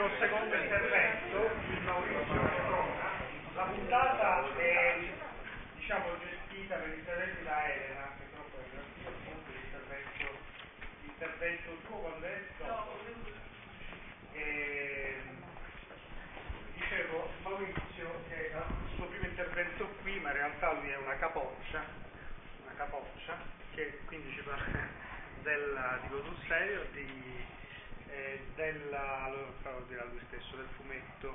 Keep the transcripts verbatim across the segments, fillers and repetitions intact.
mio secondo intervento, il Maurizio Corona. La puntata è, diciamo, gestita per interventi da Elena, che troppo è relativo appunto l'intervento, l'intervento tuo quando è dopo. E, dicevo, Maurizio che ha il suo primo intervento qui, ma in realtà lui è una capoccia, una capoccia, che quindi ci parla del, dico sul serio, di Eh, della, lo farò dire a lui stesso, del fumetto,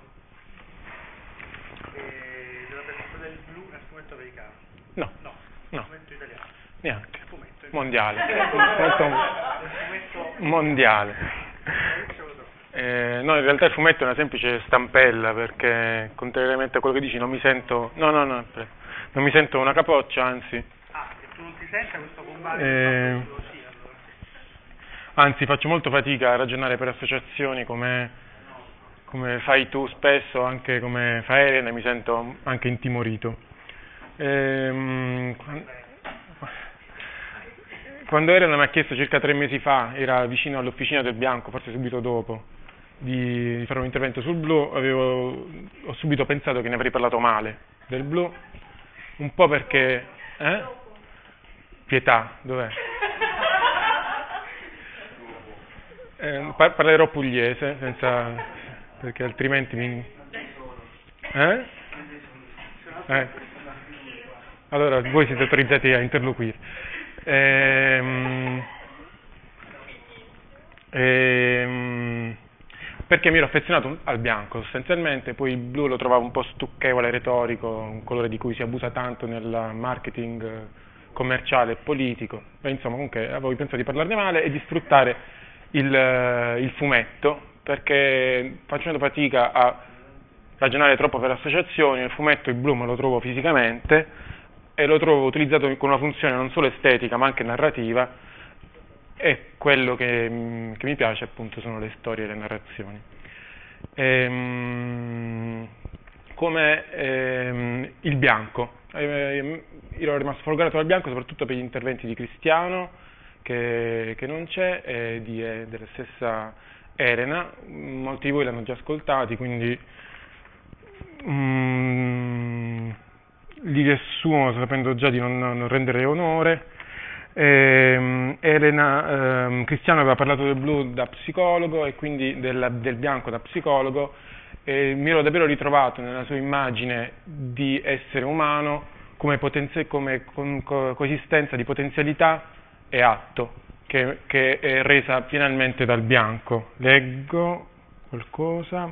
eh, della presenza del blu nel fumetto americano. No, no, no, fumetto italiano. Neanche. Fumetto Mondiale. fumetto Mondiale. Eh, no, in realtà il fumetto è una semplice stampella, perché contrariamente a quello che dici non mi sento, no, no, no, non mi sento una capoccia, anzi. Ah, che tu non ti senta questo combattimento? Eh, Anzi, faccio molto fatica a ragionare per associazioni come, come fai tu spesso, anche come fa Elena, e mi sento anche intimorito. Ehm, quando Elena mi ha chiesto circa tre mesi fa, era vicino all'Officina del Bianco, forse subito dopo, di, di fare un intervento sul blu, avevo, ho subito pensato che ne avrei parlato male del blu, un po' perché... Eh? Pietà, dov'è? Eh, par- parlerò pugliese, senza, perché altrimenti mi... Eh? Eh. Allora, voi siete autorizzati a interloquire. Ehm, ehm, perché mi ero affezionato al bianco, sostanzialmente, poi il blu lo trovavo un po' stucchevole, retorico, un colore di cui si abusa tanto nel marketing commerciale e politico. E insomma, comunque, avevo pensato di parlarne male e di sfruttare Il, il fumetto, perché facendo fatica a ragionare troppo per associazioni, il fumetto, il blu, me lo trovo fisicamente e lo trovo utilizzato con una funzione non solo estetica ma anche narrativa, e quello che, che mi piace appunto sono le storie e le narrazioni. Ehm, come ehm, il bianco, ehm, io ero rimasto folgorato dal bianco soprattutto per gli interventi di Cristiano, Che, che non c'è, e di, è della stessa Elena. Molti di voi l'hanno già ascoltati, quindi mm, li riassumo sapendo già di non, non rendere onore. Eh, Elena, eh, Cristiano aveva parlato del blu da psicologo e quindi del, del bianco da psicologo, e mi ero davvero ritrovato nella sua immagine di essere umano come, potenzi- come con, co- coesistenza di potenzialità e atto, che, che è resa finalmente dal bianco. Leggo qualcosa.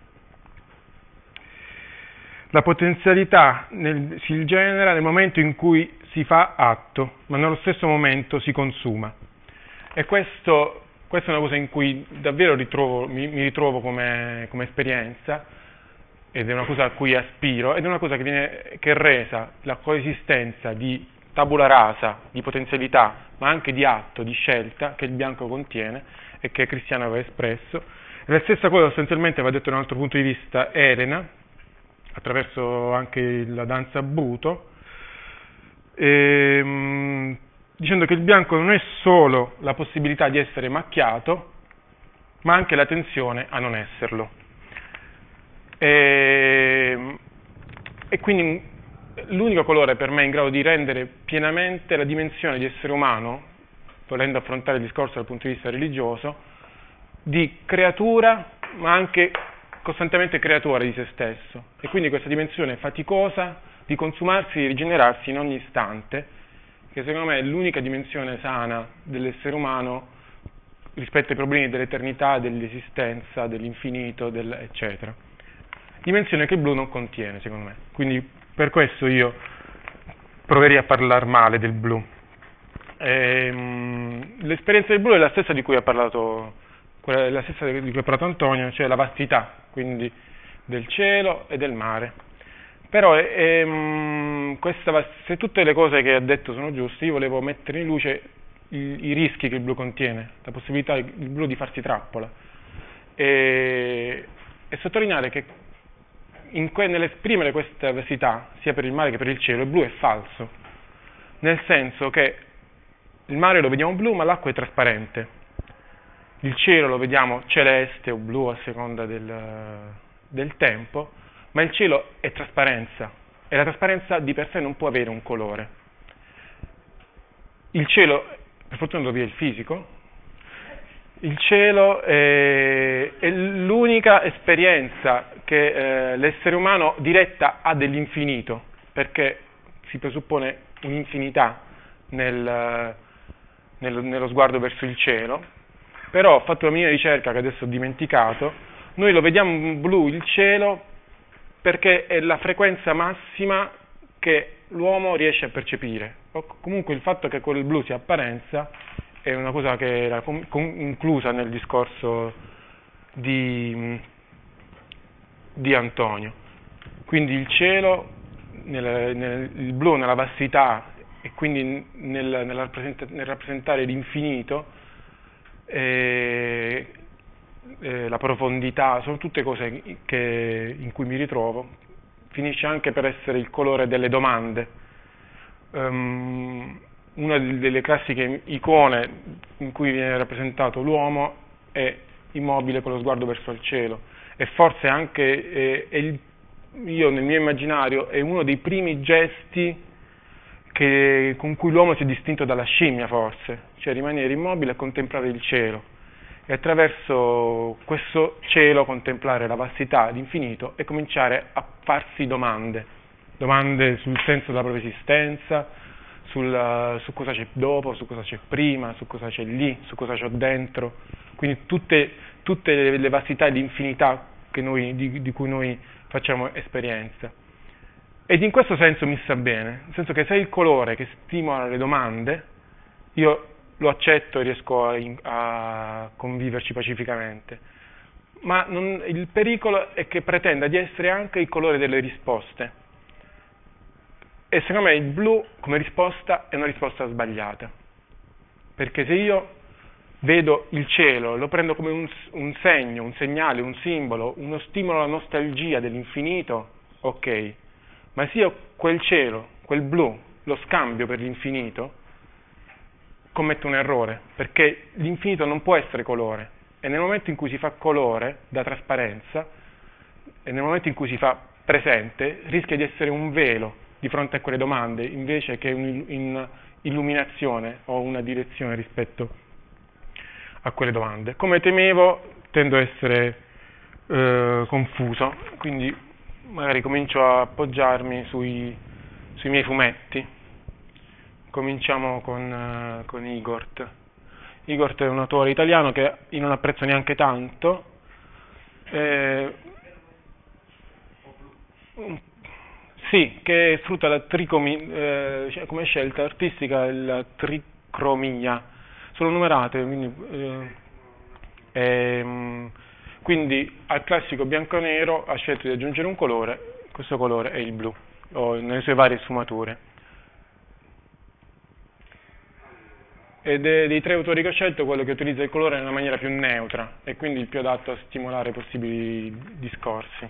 La potenzialità nel, si genera nel momento in cui si fa atto, ma nello stesso momento si consuma. E questo, questa è una cosa in cui davvero ritrovo, mi, mi ritrovo come, come esperienza, ed è una cosa a cui aspiro, ed è una cosa che, viene, che è resa la coesistenza di tabula rasa, di potenzialità, ma anche di atto, di scelta, che il bianco contiene e che Cristiano aveva espresso. E la stessa cosa sostanzialmente va detto da un altro punto di vista Elena, attraverso anche la danza Buto, ehm, dicendo che il bianco non è solo la possibilità di essere macchiato, ma anche la tensione a non esserlo. E, e quindi l'unico colore per me in grado di rendere pienamente la dimensione di essere umano, volendo affrontare il discorso dal punto di vista religioso, di creatura, ma anche costantemente creatore di se stesso. E quindi questa dimensione faticosa di consumarsi, di rigenerarsi in ogni istante, che secondo me è l'unica dimensione sana dell'essere umano rispetto ai problemi dell'eternità, dell'esistenza, dell'infinito, del eccetera. Dimensione che il blu non contiene, secondo me. Quindi per questo io proverei a parlare male del blu. Ehm, l'esperienza del blu è la stessa di cui ha parlato, quella, la stessa di cui ha parlato Antonio, cioè la vastità, quindi del cielo e del mare. Però ehm, questa, se tutte le cose che ha detto sono giuste, io volevo mettere in luce i, i rischi che il blu contiene, la possibilità del blu di farsi trappola, e, e sottolineare che in que- nell'esprimere questa vastità, sia per il mare che per il cielo, il blu è falso, nel senso che il mare lo vediamo blu, ma l'acqua è trasparente. il cielo lo vediamo celeste o blu a seconda del, del tempo, ma il cielo è trasparenza e la trasparenza di per sé non può avere un colore. Il cielo, per fortuna dove è il fisico, il cielo è, è l'unica esperienza che eh, l'essere umano diretta ha dell'infinito, perché si presuppone un'infinità nel, nel, nello sguardo verso il cielo. Però ho fatto la mia ricerca, che adesso ho dimenticato, noi lo vediamo blu il cielo perché è la frequenza massima che l'uomo riesce a percepire, o comunque il fatto che quel blu sia apparenza è una cosa che era com- com- inclusa nel discorso di, di Antonio. Quindi il cielo, nel, nel, il blu nella vastità e quindi nel, nel, rappresenta- nel rappresentare l'infinito, eh, eh, la profondità, sono tutte cose che, in cui mi ritrovo. Finisce anche per essere il colore delle domande. Um, una delle classiche icone in cui viene rappresentato l'uomo è immobile con lo sguardo verso il cielo, e forse anche è, è il, io nel mio immaginario è uno dei primi gesti che, con cui l'uomo si è distinto dalla scimmia, forse, cioè rimanere immobile e contemplare il cielo, e attraverso questo cielo contemplare la vastità, l'infinito, e cominciare a farsi domande, domande sul senso della propria esistenza, sul, su cosa c'è dopo, su cosa c'è prima, su cosa c'è lì, su cosa c'ho dentro, quindi tutte, tutte le, le vastità e l'infinità che noi, di, di cui noi facciamo esperienza. Ed in questo senso mi sta bene, nel senso che se è il colore che stimola le domande, io lo accetto e riesco a, a conviverci pacificamente, ma non, il pericolo è che pretenda di essere anche il colore delle risposte, e secondo me il blu come risposta è una risposta sbagliata, perché se io vedo il cielo, lo prendo come un, un segno, un segnale, un simbolo, uno stimolo alla nostalgia dell'infinito, ok, ma se io quel cielo, quel blu, lo scambio per l'infinito, commetto un errore, perché l'infinito non può essere colore, e nel momento in cui si fa colore da trasparenza, e nel momento in cui si fa presente, rischia di essere un velo di fronte a quelle domande, invece che un'illuminazione o una direzione rispetto a quelle domande. Come temevo, tendo a essere eh, confuso, quindi magari comincio a appoggiarmi sui, sui miei fumetti. Cominciamo con, uh, con Igort. Igort è un autore italiano che io non apprezzo neanche tanto. Eh, sì, che sfrutta la tricomi, eh, come scelta artistica la tricromia. Sono numerate, quindi, eh, ehm, quindi al classico bianco-nero ha scelto di aggiungere un colore, questo colore è il blu, o nelle sue varie sfumature. Ed è dei tre autori che ho scelto quello che utilizza il colore nella maniera più neutra e quindi il più adatto a stimolare possibili discorsi.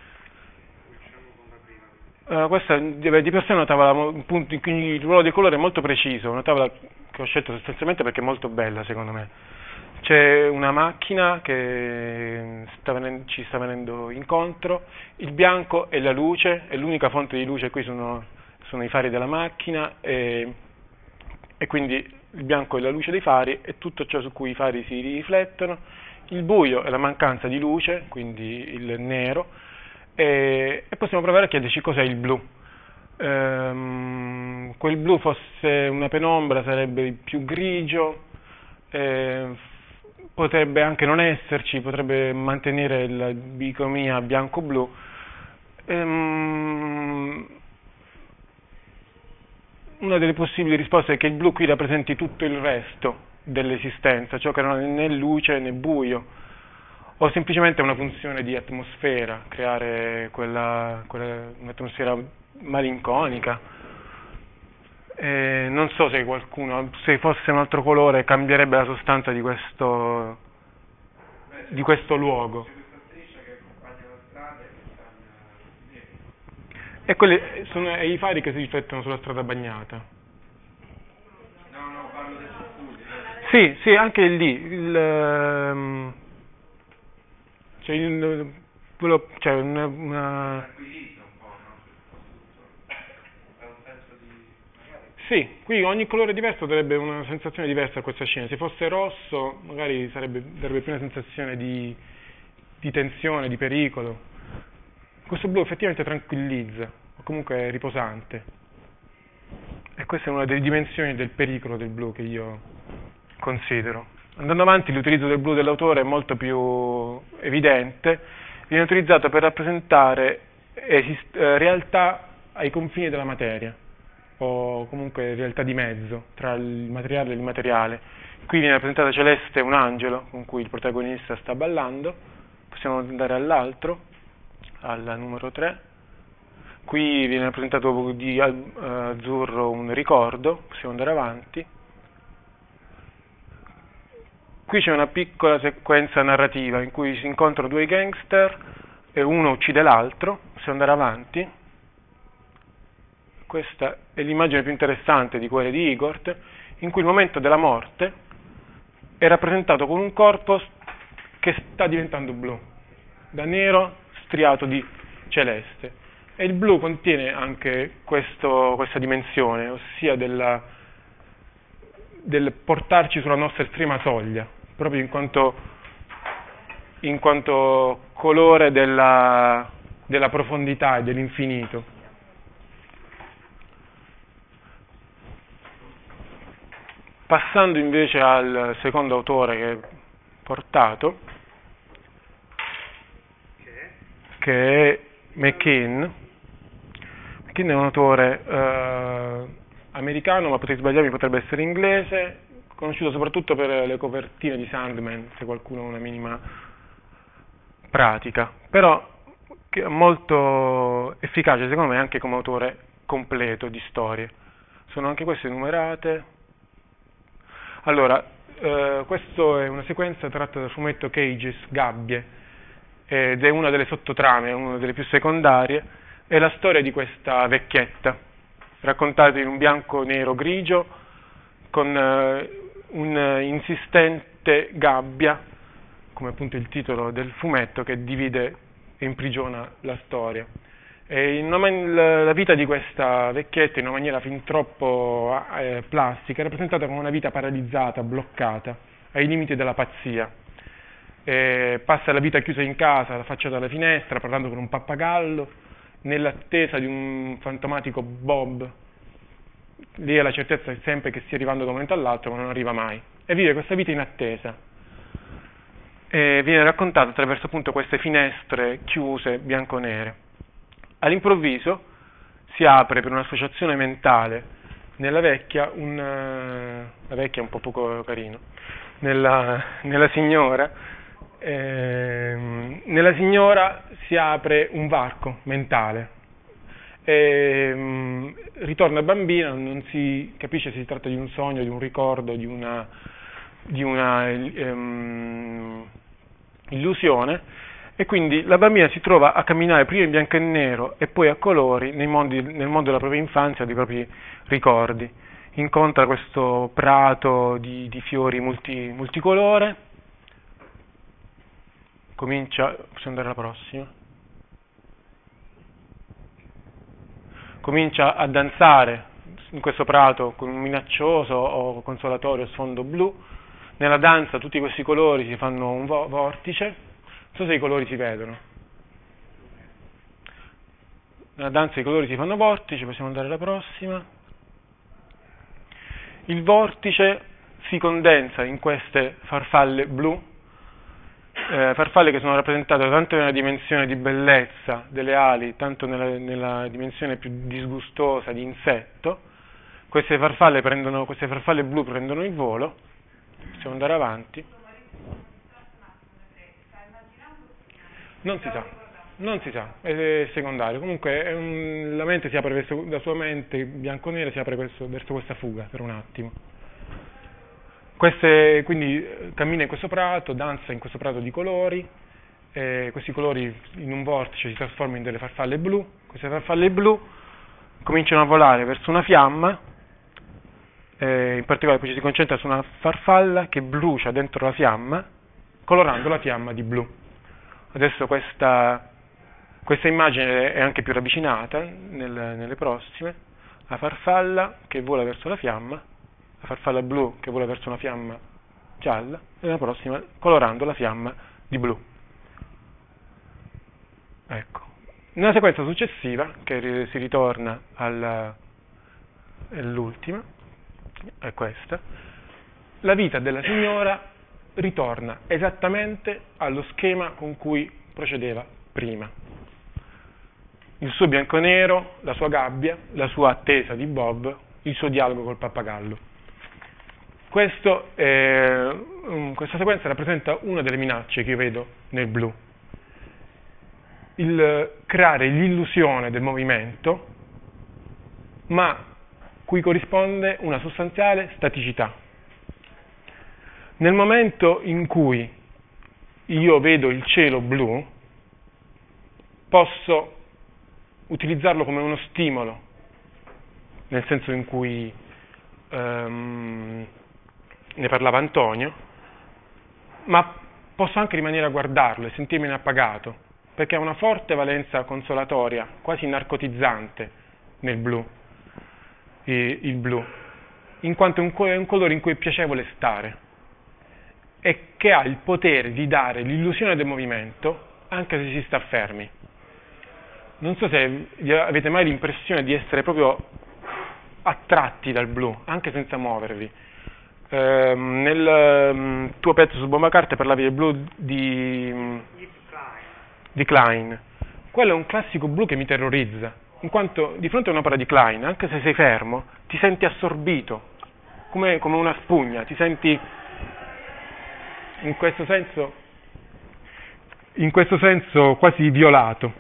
Uh, questa di per sé è una tavola, appunto, il ruolo del colore è molto preciso, una tavola che ho scelto sostanzialmente perché è molto bella secondo me. C'è una macchina che sta venendo, ci sta venendo incontro, il bianco è la luce, e l'unica fonte di luce qui sono, sono i fari della macchina, e, e quindi il bianco è la luce dei fari e tutto ciò su cui i fari si riflettono, il buio è la mancanza di luce, quindi il nero, e, e possiamo provare a chiederci cos'è il blu. Ehm, quel blu fosse una penombra sarebbe più grigio, eh, potrebbe anche non esserci, potrebbe mantenere la bicromia bianco-blu. Ehm, una delle possibili risposte è che il blu qui rappresenti tutto il resto dell'esistenza, ciò che non è né luce né buio, o semplicemente una funzione di atmosfera, creare quella, quella un'atmosfera malinconica. Eh, non so se qualcuno, se fosse un altro colore, cambierebbe la sostanza di questo, di questo luogo. E quelli sono i fari che si riflettono sulla strada bagnata. No, no, parlo del sussurro. Sì, sì, anche lì, il, ehm, cioè, il, quello, cioè una, una... tranquillizza un po', no? È un senso di... Sì, qui ogni colore diverso darebbe una sensazione diversa a questa scena. Se fosse rosso magari sarebbe, darebbe più una sensazione di, di tensione, di pericolo. Questo blu effettivamente tranquillizza, o comunque è riposante. E questa è una delle dimensioni del pericolo del blu che io considero. Andando avanti, l'utilizzo del blu dell'autore è molto più evidente, viene utilizzato per rappresentare esist- eh, realtà ai confini della materia, o comunque realtà di mezzo, tra il materiale e l'immateriale. Qui viene rappresentata Celeste, un angelo con cui il protagonista sta ballando. Possiamo andare all'altro, al numero tre. Qui viene rappresentato di azzurro un ricordo, possiamo andare avanti. Qui c'è una piccola sequenza narrativa in cui si incontrano due gangster e uno uccide l'altro, possiamo andare avanti. Questa è l'immagine più interessante di quelle di Igor, in cui il momento della morte è rappresentato con un corpo che sta diventando blu, da nero striato di celeste. E il blu contiene anche questo, questa dimensione, ossia della, del portarci sulla nostra estrema soglia, proprio in quanto, in quanto colore della, della profondità e dell'infinito. Passando invece al secondo autore che è portato, che è McKean. McKean è un autore eh, americano, ma potrei sbagliarmi, potrebbe essere inglese, conosciuto soprattutto per le copertine di Sandman, se qualcuno ha una minima pratica, però che è molto efficace secondo me anche come autore completo di storie. Sono anche queste numerate. Allora, eh, questa è una sequenza tratta dal fumetto Cages, Gabbie, ed è una delle sottotrame, una delle più secondarie, è la storia di questa vecchietta, raccontata in un bianco nero grigio, con eh, un insistente gabbia, come appunto il titolo del fumetto, che divide e imprigiona la storia. E in una, la vita di questa vecchietta, in una maniera fin troppo eh, plastica, è rappresentata come una vita paralizzata, bloccata, ai limiti della pazzia. E passa la vita chiusa in casa, affacciata alla finestra, parlando con un pappagallo, nell'attesa di un fantomatico Bob. Lì ha la certezza sempre che stia arrivando da un momento all'altro, ma non arriva mai. E vive questa vita in attesa. E viene raccontato attraverso appunto queste finestre chiuse, bianco-nere. All'improvviso si apre per un'associazione mentale nella vecchia, un, la vecchia è un po' poco carino, nella, nella signora, eh, nella signora si apre un varco mentale, e, um, ritorna bambina, non si capisce se si tratta di un sogno, di un ricordo, di una, di una um, illusione. E quindi la bambina si trova a camminare prima in bianco e nero e poi a colori nei mondi, nel mondo della propria infanzia, dei propri ricordi. Incontra questo prato di, di fiori multi, multicolore, comincia, possiamo andare alla prossima, comincia a danzare in questo prato con un minaccioso o consolatorio sfondo blu. Nella danza tutti questi colori si fanno un vo- vortice. Non so se i colori si vedono. Nella danza i colori si fanno vortice, possiamo andare alla prossima. Il vortice si condensa in queste farfalle blu, eh, farfalle che sono rappresentate tanto nella dimensione di bellezza delle ali, tanto nella, nella dimensione più disgustosa di insetto. Queste farfalle, prendono, queste farfalle blu prendono il volo, possiamo andare avanti. Non si sa, non si sa, è secondario. Comunque è un, la mente si apre verso, la sua mente bianco-nera si apre verso, verso questa fuga per un attimo. Queste, quindi cammina in questo prato, danza in questo prato di colori, e questi colori in un vortice si trasformano in delle farfalle blu. Queste farfalle blu cominciano a volare verso una fiamma eh, in particolare poi ci si concentra su una farfalla che brucia dentro la fiamma, colorando la fiamma di blu. Adesso questa, questa immagine è anche più ravvicinata nel, nelle prossime, la farfalla che vola verso la fiamma, la farfalla blu che vola verso una fiamma gialla, e nella prossima colorando la fiamma di blu. Ecco. Nella sequenza successiva, che si ritorna alla, all'ultima, è questa, la vita della signora ritorna esattamente allo schema con cui procedeva prima. Il suo bianco e nero, la sua gabbia, la sua attesa di Bob, il suo dialogo col pappagallo. Questo è, um, questa sequenza rappresenta una delle minacce che io vedo nel blu. Il creare l'illusione del movimento, ma cui corrisponde una sostanziale staticità. Nel momento in cui io vedo il cielo blu, posso utilizzarlo come uno stimolo, nel senso in cui um, ne parlava Antonio, ma posso anche rimanere a guardarlo e sentirmene appagato, perché ha una forte valenza consolatoria, quasi narcotizzante nel blu, il blu, in quanto è un colore in cui è piacevole stare e che ha il potere di dare l'illusione del movimento anche se si sta fermi. Non so se avete mai l'impressione di essere proprio attratti dal blu, anche senza muovervi. Eh, nel um, tuo pezzo su Bomba Carta parlavi del blu di... di Klein. Quello è un classico blu che mi terrorizza, in quanto di fronte a un'opera di Klein, anche se sei fermo, ti senti assorbito, come, come una spugna, ti senti in questo senso, in questo senso quasi violato.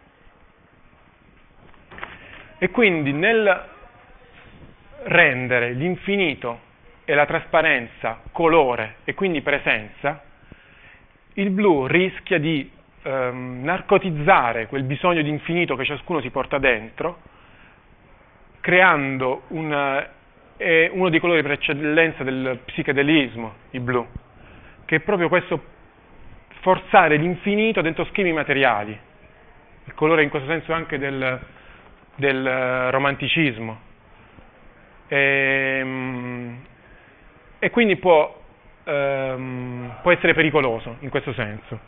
E quindi nel rendere l'infinito e la trasparenza colore e quindi presenza, il blu rischia di ehm, narcotizzare quel bisogno di infinito che ciascuno si porta dentro, creando una, eh, uno dei colori per eccellenza del psichedelismo, il blu, che è proprio questo forzare l'infinito dentro schemi materiali, il colore in questo senso anche del, del romanticismo. E, e quindi può, ehm, può essere pericoloso in questo senso.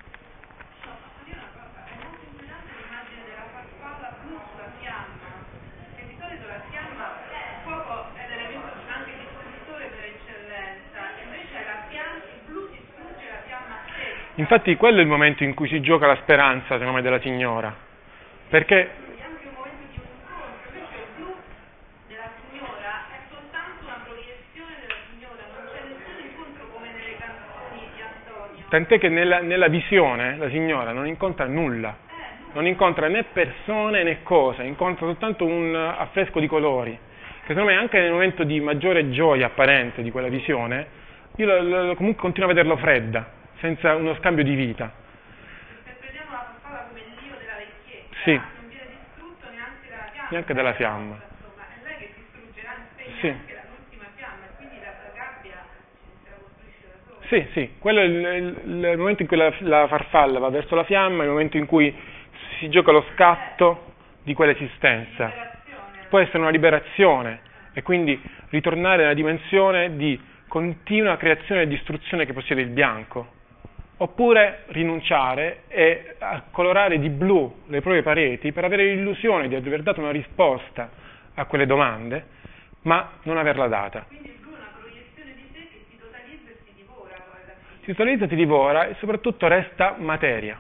Infatti quello è il momento in cui si gioca la speranza, secondo me, della signora, perché anche un momento di un incontro, invece il blu della signora è soltanto una proiezione della signora, non c'è nessun incontro come nelle canzoni di Antonio. Tant'è che nella, nella visione la signora non incontra nulla, non incontra né persone né cose, incontra soltanto un affresco di colori, che secondo me anche nel momento di maggiore gioia apparente di quella visione, io lo, lo, comunque continuo a vederlo fredda, senza uno scambio di vita. Interpretiamo la farfalla come il dio della vecchiezza, sì. Non viene distrutto neanche dalla fiamma. Neanche dalla fiamma. Insomma, è lei che distruggerà, spegne sì. anche l'ultima fiamma, e quindi la, la gabbia se la costruisce da sola. Sì, sì, quello è il, il, il momento in cui la, la farfalla va verso la fiamma, è il momento in cui si gioca lo scatto di quell'esistenza. Può essere una liberazione e quindi ritornare nella dimensione di continua creazione e distruzione che possiede il bianco. Oppure rinunciare e a colorare di blu le proprie pareti per avere l'illusione di aver dato una risposta a quelle domande, ma non averla data. Quindi il blu è una proiezione di sé che si totalizza e si divora poi da fine. Si totalizza, si divora e soprattutto resta materia,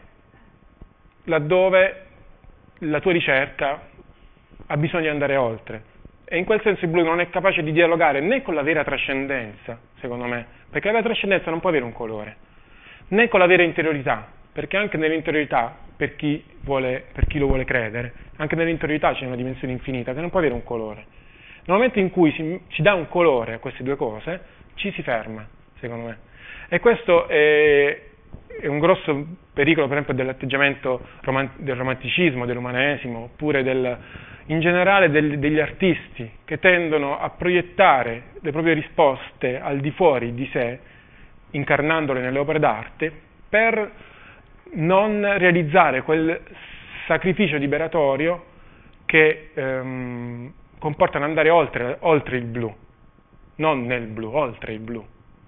laddove la tua ricerca ha bisogno di andare oltre. E in quel senso il blu non è capace di dialogare né con la vera trascendenza, secondo me, perché la vera trascendenza non può avere un colore, né con la vera interiorità, perché anche nell'interiorità, per chi, vuole, per chi lo vuole credere, anche nell'interiorità c'è una dimensione infinita che non può avere un colore. Nel momento in cui si, si dà un colore a queste due cose, ci si ferma, secondo me. E questo è, è un grosso pericolo, per esempio, dell'atteggiamento roman- del romanticismo, dell'umanesimo, oppure del in generale del, degli artisti che tendono a proiettare le proprie risposte al di fuori di sé, incarnandole nelle opere d'arte, per non realizzare quel sacrificio liberatorio che ehm, comporta ad andare oltre, oltre il blu, non nel blu, oltre il blu.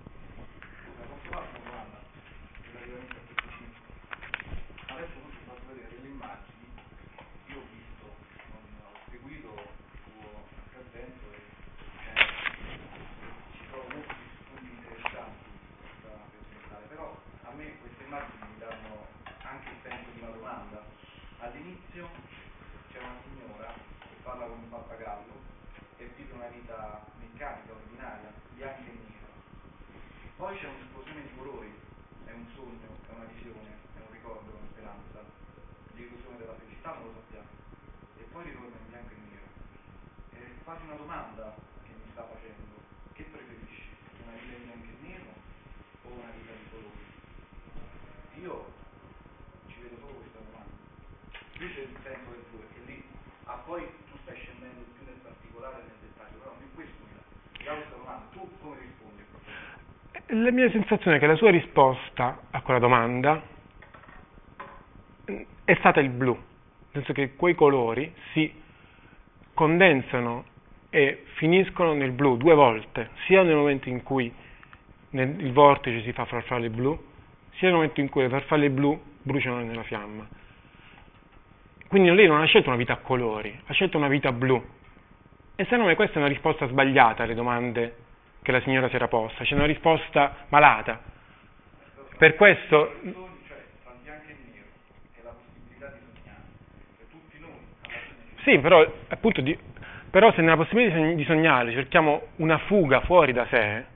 Adesso voi vi faccio vedere delle immagini, io ho visto, non ho seguito il tuo intervento e eh, ci sono molti spunti interessanti da presentare, però a me queste immagini mi danno anche il senso di una domanda. All'inizio c'è una signora che parla con un pappagallo e vive una vita meccanica, ordinaria, bianca e nera. Poi c'è un'esplosione di colori, è un sogno, è una visione, è un ricordo, è una speranza, l'illusione della felicità non lo sappiamo. E poi ritorna in bianco e nero. È quasi una domanda che mi sta facendo: che preferisci? Una vita in bianco e nero o una vita di colori? Io ci vedo solo questa domanda. Qui c'è il senso del due, che lì ah, poi tu stai scendendo più nel particolare e nel dettaglio, però a me questo mi dà, mi dà questa domanda. Tu come rispondi a questo? La mia sensazione è che la sua risposta a quella domanda è stata il blu, nel senso che quei colori si condensano e finiscono nel blu due volte, sia nel momento in cui nel, il vortice si fa farfalle blu, sia nel momento in cui le farfalle blu bruciano nella fiamma. Quindi lei non ha scelto una vita a colori, ha scelto una vita blu. E secondo me questa è una risposta sbagliata alle domande che la signora si era posta, c'è una risposta malata. Per questo... Cioè, tra bianco e nero è la possibilità di sognare, per tutti noi. Sì, però, appunto, di, però se nella possibilità di sognare cerchiamo una fuga fuori da sé,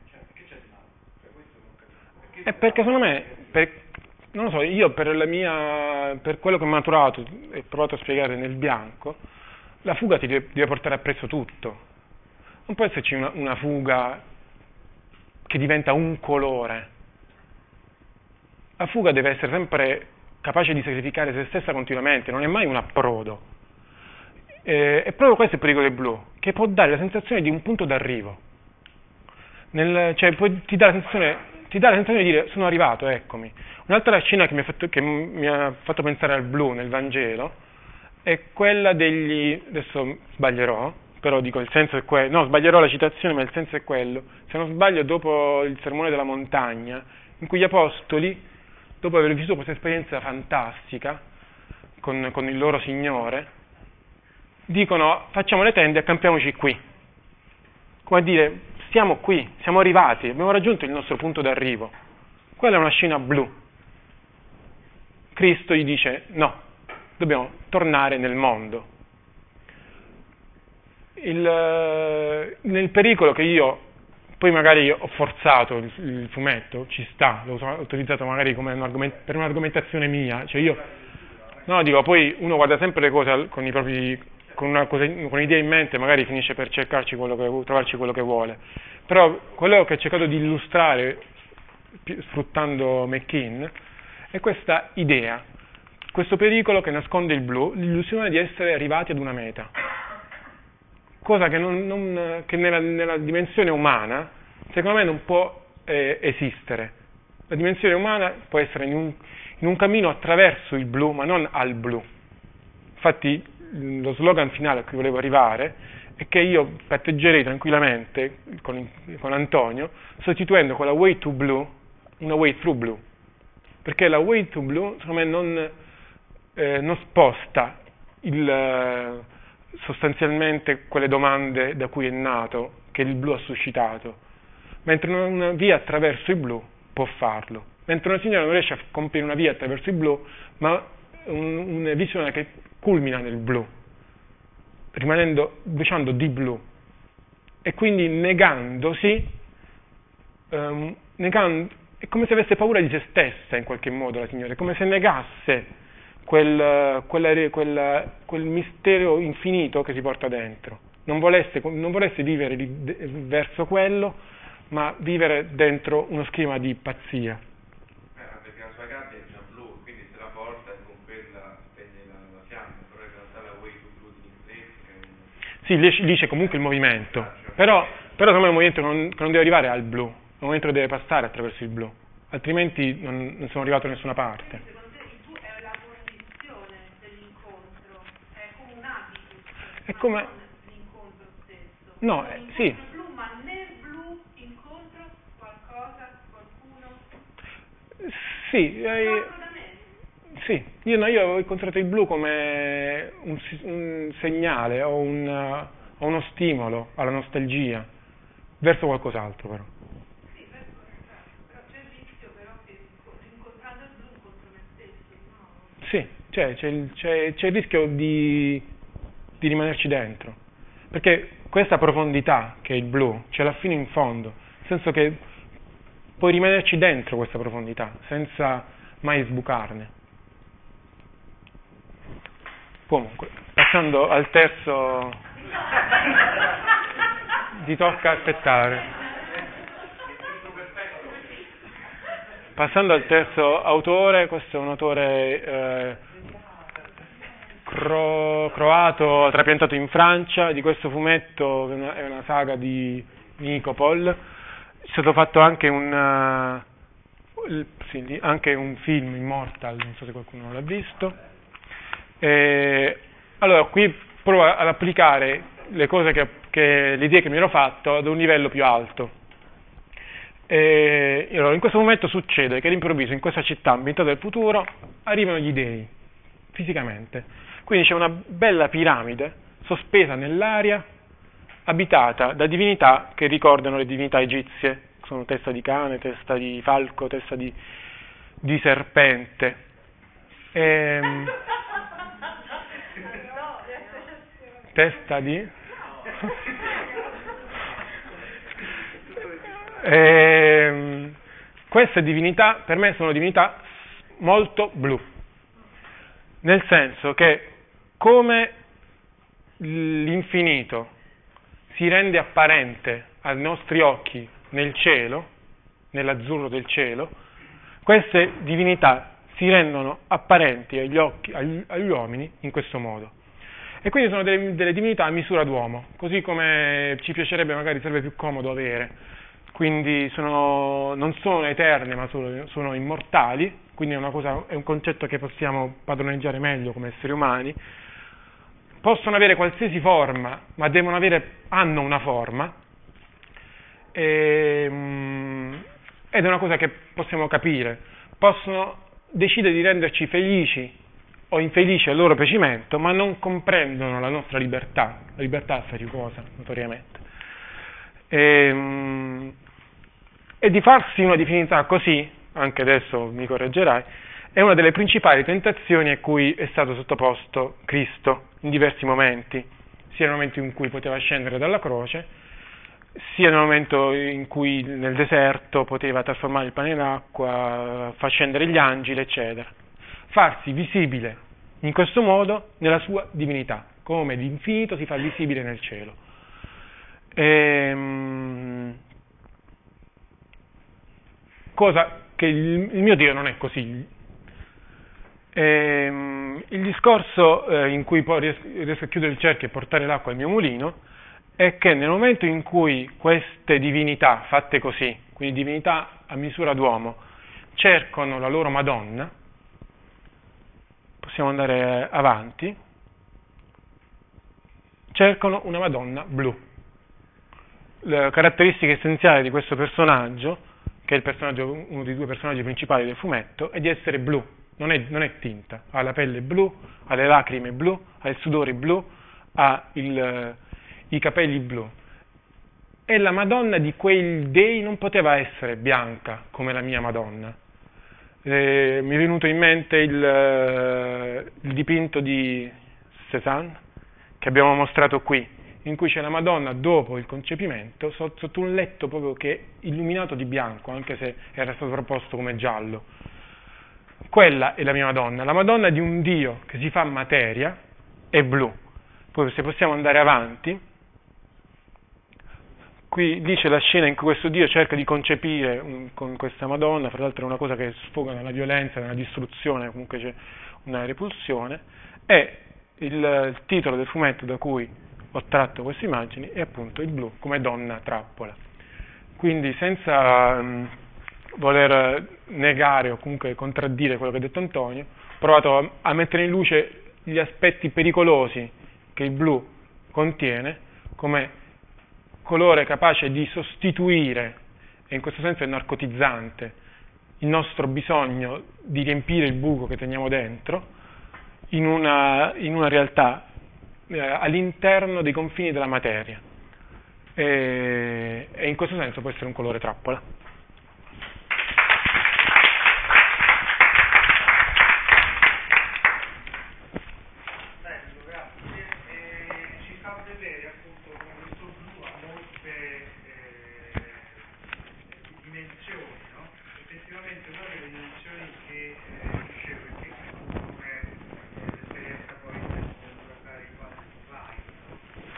è perché secondo me, per, non lo so, io per la mia, per quello che ho maturato e provato a spiegare nel bianco, la fuga ti deve, deve portare appresso tutto. Non può esserci una, una fuga che diventa un colore. La fuga deve essere sempre capace di sacrificare se stessa continuamente, non è mai un approdo. Eh, è proprio questo il pericolo del blu, che può dare la sensazione di un punto d'arrivo. Nel, cioè, poi ti dà la sensazione, ti dà la sensazione di dire: sono arrivato, eccomi. Un'altra scena che mi ha fatto, che mi ha fatto pensare al blu nel Vangelo è quella degli, adesso sbaglierò, però dico il senso è quello, no, sbaglierò la citazione, ma il senso è quello. Se non sbaglio, dopo il sermone della montagna, in cui gli apostoli, dopo aver vissuto questa esperienza fantastica con, con il loro Signore, dicono: facciamo le tende e accampiamoci qui. Come a dire, stiamo qui, siamo arrivati, abbiamo raggiunto il nostro punto d'arrivo. Quella è una scena blu. Cristo gli dice: no, dobbiamo tornare nel mondo. Il, nel pericolo che io poi magari ho forzato il, il fumetto, ci sta, l'ho utilizzato magari come un argomento, per un'argomentazione mia, cioè io, no, dico, poi uno guarda sempre le cose con i propri, con una cosa, con un'idea in mente, magari finisce per cercarci quello che, trovarci quello che vuole, però quello che ho cercato di illustrare sfruttando McKean è questa idea, questo pericolo che nasconde il blu, l'illusione di essere arrivati ad una meta. Cosa che, non, non, che nella, nella dimensione umana, secondo me, non può eh, esistere. La dimensione umana può essere in un, in un cammino attraverso il blu, ma non al blu. Infatti, lo slogan finale a cui volevo arrivare è che io patteggerei tranquillamente con, con Antonio, sostituendo quella way to blue una way through blue. Perché la way to blue, secondo me, non, eh, non sposta il... sostanzialmente quelle domande da cui è nato, che il blu ha suscitato, mentre una via attraverso il blu può farlo, mentre una signora non riesce a compiere una via attraverso il blu, ma un, una visione che culmina nel blu, rimanendo, bruciando di blu, e quindi negandosi, um, negando, è come se avesse paura di se stessa in qualche modo la signora, è come se negasse Quel, quella, quella, quel mistero infinito che si porta dentro. Non volesse, non volesse vivere di, de, verso quello, ma vivere dentro uno schema di pazzia. Eh, perché la sua gabbia è già blu, quindi se la porta e con quella spegne la, la fiamma, però in realtà la way to blue di inglese, che è Sì, lì, lì c'è comunque il movimento, però, però secondo me è un movimento che non, che non deve arrivare al blu, è un movimento che deve passare attraverso il blu, altrimenti non, non sono arrivato da nessuna parte. Secondo te il blu è la condizione dell'incontro, è come un habitus, È ma come... non l'incontro stesso. No, Un eh, incontro sì. blu, ma nel blu incontro qualcosa, qualcuno. Sì, eh, Parlo da me. sì. Io, no, io ho incontrato il blu come un, un segnale o, un, o uno stimolo alla nostalgia, verso qualcos'altro però. Sì, verso l'esatto, però c'è il rischio però che incontrando il blu incontro me stesso, no? Sì, cioè, c'è, il, c'è, c'è il rischio di, di rimanerci dentro, perché questa profondità che è il blu ce l'ha fino in fondo, nel senso che puoi rimanerci dentro questa profondità senza mai sbucarne. Comunque, passando al terzo, ti tocca aspettare. Passando al terzo autore, questo è un autore eh, cro- croato trapiantato in Francia. Di questo fumetto, è una, è una saga di Nikopol. È stato fatto anche un, uh, sì, anche un film, Immortal, non so se qualcuno l'ha visto. E, allora, qui provo ad applicare le cose che, che, le idee che mi ero fatto ad un livello più alto. E, allora, in questo momento succede che all'improvviso in questa città ambientata nel futuro arrivano gli dei, fisicamente. Quindi c'è una bella piramide sospesa nell'aria, abitata da divinità che ricordano le divinità egizie, sono testa di cane, testa di falco, testa di, di serpente. E, testa di... E, queste divinità per me sono divinità molto blu, nel senso che come l'infinito si rende apparente ai nostri occhi nel cielo, nell'azzurro del cielo, queste divinità si rendono apparenti agli, occhi, agli, agli uomini in questo modo. E quindi sono delle, delle divinità a misura d'uomo, così come ci piacerebbe, magari sarebbe più comodo avere. Quindi sono, non sono eterne, ma sono, sono immortali, quindi è, una cosa, è un concetto che possiamo padroneggiare meglio come esseri umani. Possono avere qualsiasi forma, ma devono avere, hanno una forma, e, ed è una cosa che possiamo capire. Possono decidere di renderci felici o infelici al loro piacimento, ma non comprendono la nostra libertà. La libertà è faticosa, notoriamente. E, e di farsi una divinità così, anche adesso mi correggerai, è una delle principali tentazioni a cui è stato sottoposto Cristo in diversi momenti, sia nel momento in cui poteva scendere dalla croce, sia nel momento in cui nel deserto poteva trasformare il pane in acqua, far scendere gli angeli, eccetera. Farsi visibile in questo modo nella sua divinità, come l'infinito si fa visibile nel cielo. Ehm, cosa che il, il mio Dio non è così. Ehm, il discorso eh, in cui poi riesco, riesco a chiudere il cerchio e portare l'acqua al mio mulino è che nel momento in cui queste divinità fatte così, quindi divinità a misura d'uomo, cercano la loro Madonna, possiamo andare avanti, cercano una Madonna blu. La caratteristica essenziale di questo personaggio, che è il personaggio, uno dei due personaggi principali del fumetto, è di essere blu, non è, non è tinta, ha la pelle blu, ha le lacrime blu, ha il sudore blu, ha il, i capelli blu. E la Madonna di quei dei non poteva essere bianca come la mia Madonna. Eh, mi è venuto in mente il, il dipinto di Cézanne che abbiamo mostrato qui, in cui c'è la Madonna dopo il concepimento sotto un letto proprio che è illuminato di bianco, anche se era stato proposto come giallo. Quella è la mia Madonna, la Madonna di un Dio che si fa materia è blu. Poi se possiamo andare avanti, qui dice la scena in cui questo Dio cerca di concepire un, con questa Madonna, fra l'altro è una cosa che sfoga nella violenza, nella distruzione, comunque c'è una repulsione, e il, il titolo del fumetto da cui ho ho tratto queste immagini è appunto il blu come donna trappola. Quindi senza um, voler negare o comunque contraddire quello che ha detto Antonio, ho provato a, a mettere in luce gli aspetti pericolosi che il blu contiene come colore capace di sostituire, e in questo senso è narcotizzante, il nostro bisogno di riempire il buco che teniamo dentro in una, in una realtà eh, all'interno dei confini della materia. E, e in questo senso può essere un colore trappola. Bello, grazie. E ci fa vedere appunto come questo blu ha molte eh, dimensioni, no? Effettivamente una delle dimensioni che eh, dicevo è che come eh, l'esperienza poi di guardare i quadri di Klein, no?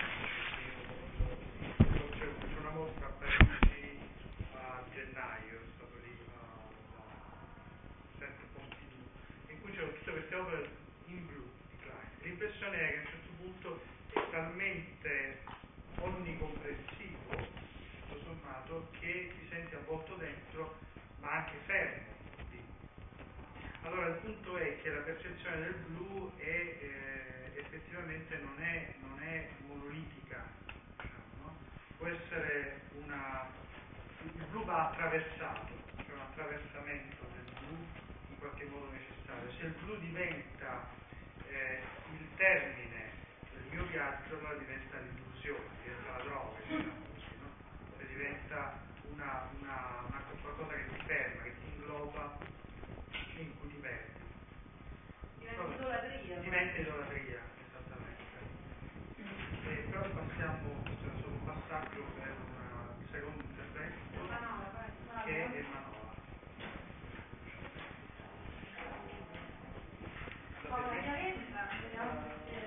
C'è c'è una mostra a Parigi a gennaio, è stato lì a Centre Pompidou, in cui c'erano tutte queste opere in blu di Klein. L'impressione è che a un certo punto è talmente onnicomprensivo, tutto sommato, che ti senti avvolto dentro, ma anche fermo lì. Allora il punto è che la percezione del blu è, eh, effettivamente non è, non è monolitica, diciamo, no? Può essere una... il blu va attraversato, c'è un attraversamento del blu in qualche modo necessario. Se il blu diventa eh, il termine del mio viaggio, allora diventa l'illusione, diventa la droga, diciamo così, no? Cioè diventa una, una, una qualcosa che ti ferma, che ti ingloba, in cui ti perdi. Diventa idolatria. Diventa idolatria, esattamente. E però passiamo, cioè, solo un passaggio per una, il secondo intervento, che è Manola. Ho una chiarezza, vediamo se...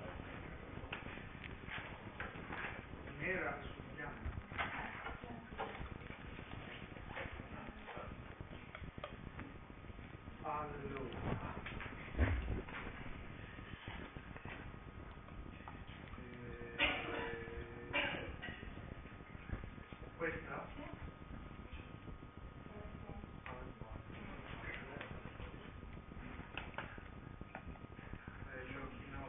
Nera su bianco. Allora, eh, questa? Eh, Giochino.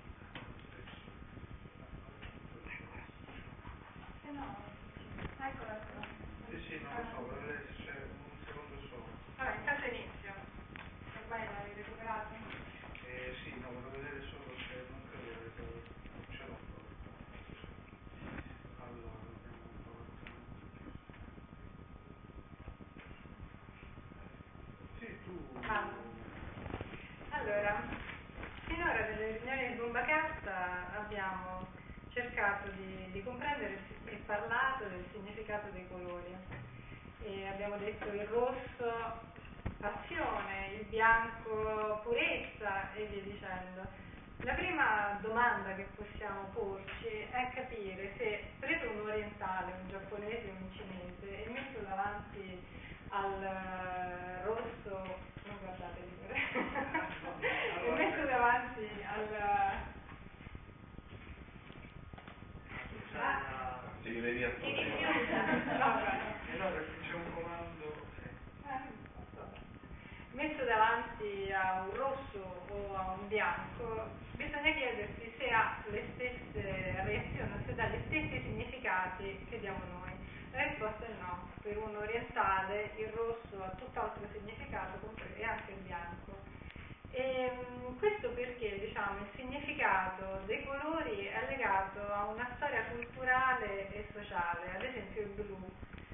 Eh no, eccola qua. Sì, sì, non lo so, volevo vedere se c'è un secondo solo. Allora, intanto inizio. Ormai l'hai recuperato? Eh, sì, no, volevo vedere solo se non credo che non ce l'ho proprio. Allora, vediamo un po'. Sì, tu. Ah. Allora, finora nelle riunioni di Bomba Carta abbiamo cercato di, di comprendere e parlato del significato dei colori. E abbiamo detto il rosso passione, il bianco purezza e via dicendo. La prima domanda che possiamo porci è capire se, preso un orientale, un giapponese o un cinese e messo davanti al rosso, non guardate lì, e messo davanti al... Ah, Devi venire a Ti togliere. rifiuta? Vabbè. eh no, perché c'è un comando. Sì. Messo davanti a un rosso o a un bianco, bisogna chiedersi se ha le stesse reazioni, se dà gli stessi significati che diamo noi. La risposta è no. Per un orientale il rosso ha tutt'altro significato e anche il bianco. E questo perché, diciamo, il significato dei colori è legato a una storia culturale e sociale. Ad esempio il blu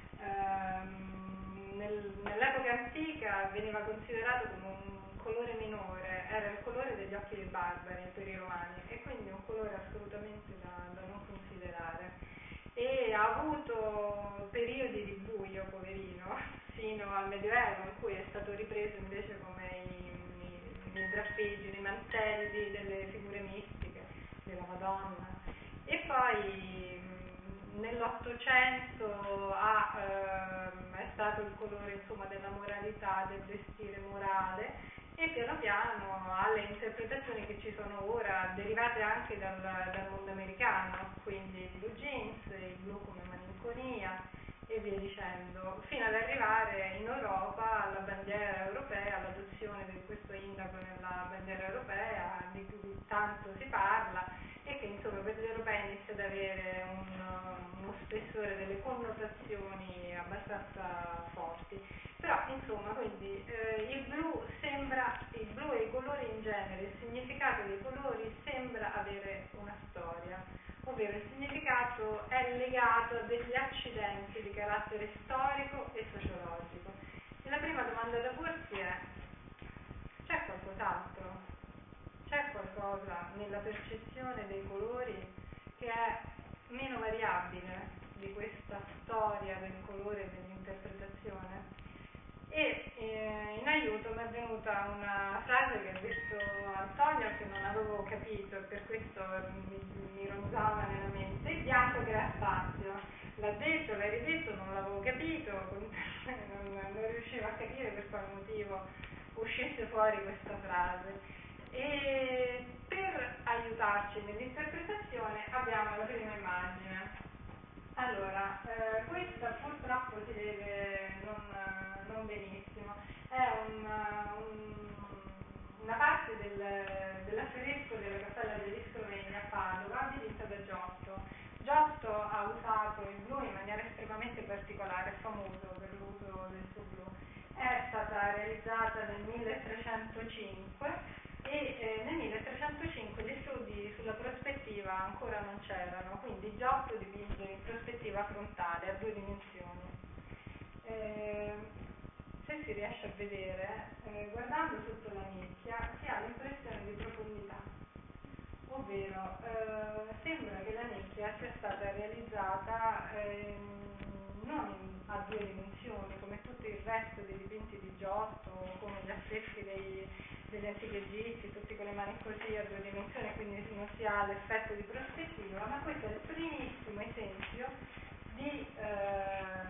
ehm, nel, nell'epoca antica veniva considerato come un colore minore, era il colore degli occhi dei barbari per i romani e quindi un colore assolutamente da, da non considerare. E ha avuto periodi di buio, poverino, sino al Medioevo, in cui è stato ripreso invece come i nei drappeggi, nei mantelli delle figure mistiche della Madonna. E poi mh, nell'Ottocento ha, ehm, è stato il colore, insomma, della moralità, del vestire morale, e piano piano alle interpretazioni che che ci sono ora, derivate anche dal, dal mondo americano, quindi il blue jeans, il blu come malinconia e via dicendo, fino ad arrivare in Europa alla bandiera europea, all'adozione di questo indaco nella bandiera europea, di cui tanto si parla e che insomma per gli europei inizia ad avere un, uno spessore, delle connotazioni abbastanza forti. Però insomma quindi eh, il blu sembra, il blu e i colori in genere, il significato dei colori sembra avere una storia, ovvero il significato è legato a degli accidenti di carattere storico e sociologico. E la prima domanda da porsi è: c'è qualcos'altro? C'è qualcosa nella percezione dei colori che è meno variabile di questa storia del colore e dell'interpretazione? E eh, in aiuto mi è venuta una frase che ha detto Antonio che non avevo capito e per questo mi, mi ronzava nella mente: il bianco crea spazio. L'ha detto, l'ha ridetto, non l'avevo capito, non, non riuscivo a capire per quale motivo uscisse fuori questa frase. E per aiutarci nell'interpretazione abbiamo la prima immagine. Allora, eh, questa purtroppo si vede non, non benissimo, è un, un, una parte del, dell'affresco della Cappella degli Scrovegni a Padova, dipinta da Giotto. Giotto ha usato il blu in maniera estremamente particolare, è famoso per l'uso del suo blu. È stata realizzata nel milletrecentocinque e eh, nel milletrecentocinque gli studi sulla prospettiva ancora non c'erano, quindi Giotto dipinge in prospettiva frontale a due dimensioni. Eh, se si riesce a vedere, eh, guardando sotto la nicchia si ha l'impressione di profondità, ovvero eh, sembra che la nicchia sia stata realizzata eh, non in, a due dimensioni come tutto il resto dei dipinti di Giotto, come gli affreschi dei degli antichi egizi, tutti con le mani così a due dimensioni, quindi non si ha l'effetto di prospettiva, ma questo è il primissimo esempio di eh,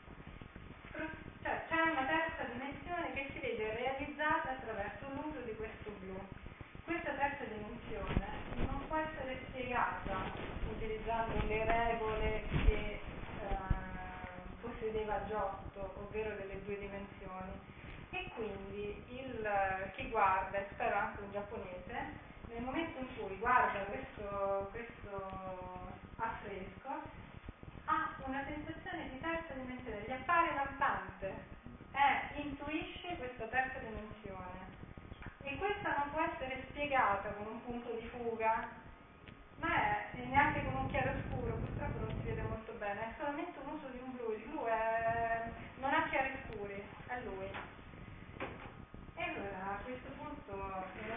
cioè c'è una terza dimensione che si vede realizzata attraverso l'uso di questo blu. Questa terza dimensione non può essere spiegata utilizzando le regole che eh, possedeva Giotto, ovvero delle due dimensioni. E quindi il, chi guarda, e spero anche un giapponese, nel momento in cui guarda questo, questo affresco ha una sensazione di terza dimensione, gli appare lampante, eh, intuisce questa terza dimensione. E questa non può essere spiegata con un punto di fuga, ma è neanche con un chiaroscuro, purtroppo non si vede molto bene, è solamente un uso di un blu, il blu è, non ha chiaroscuri, è lui. E allora a questo punto eh,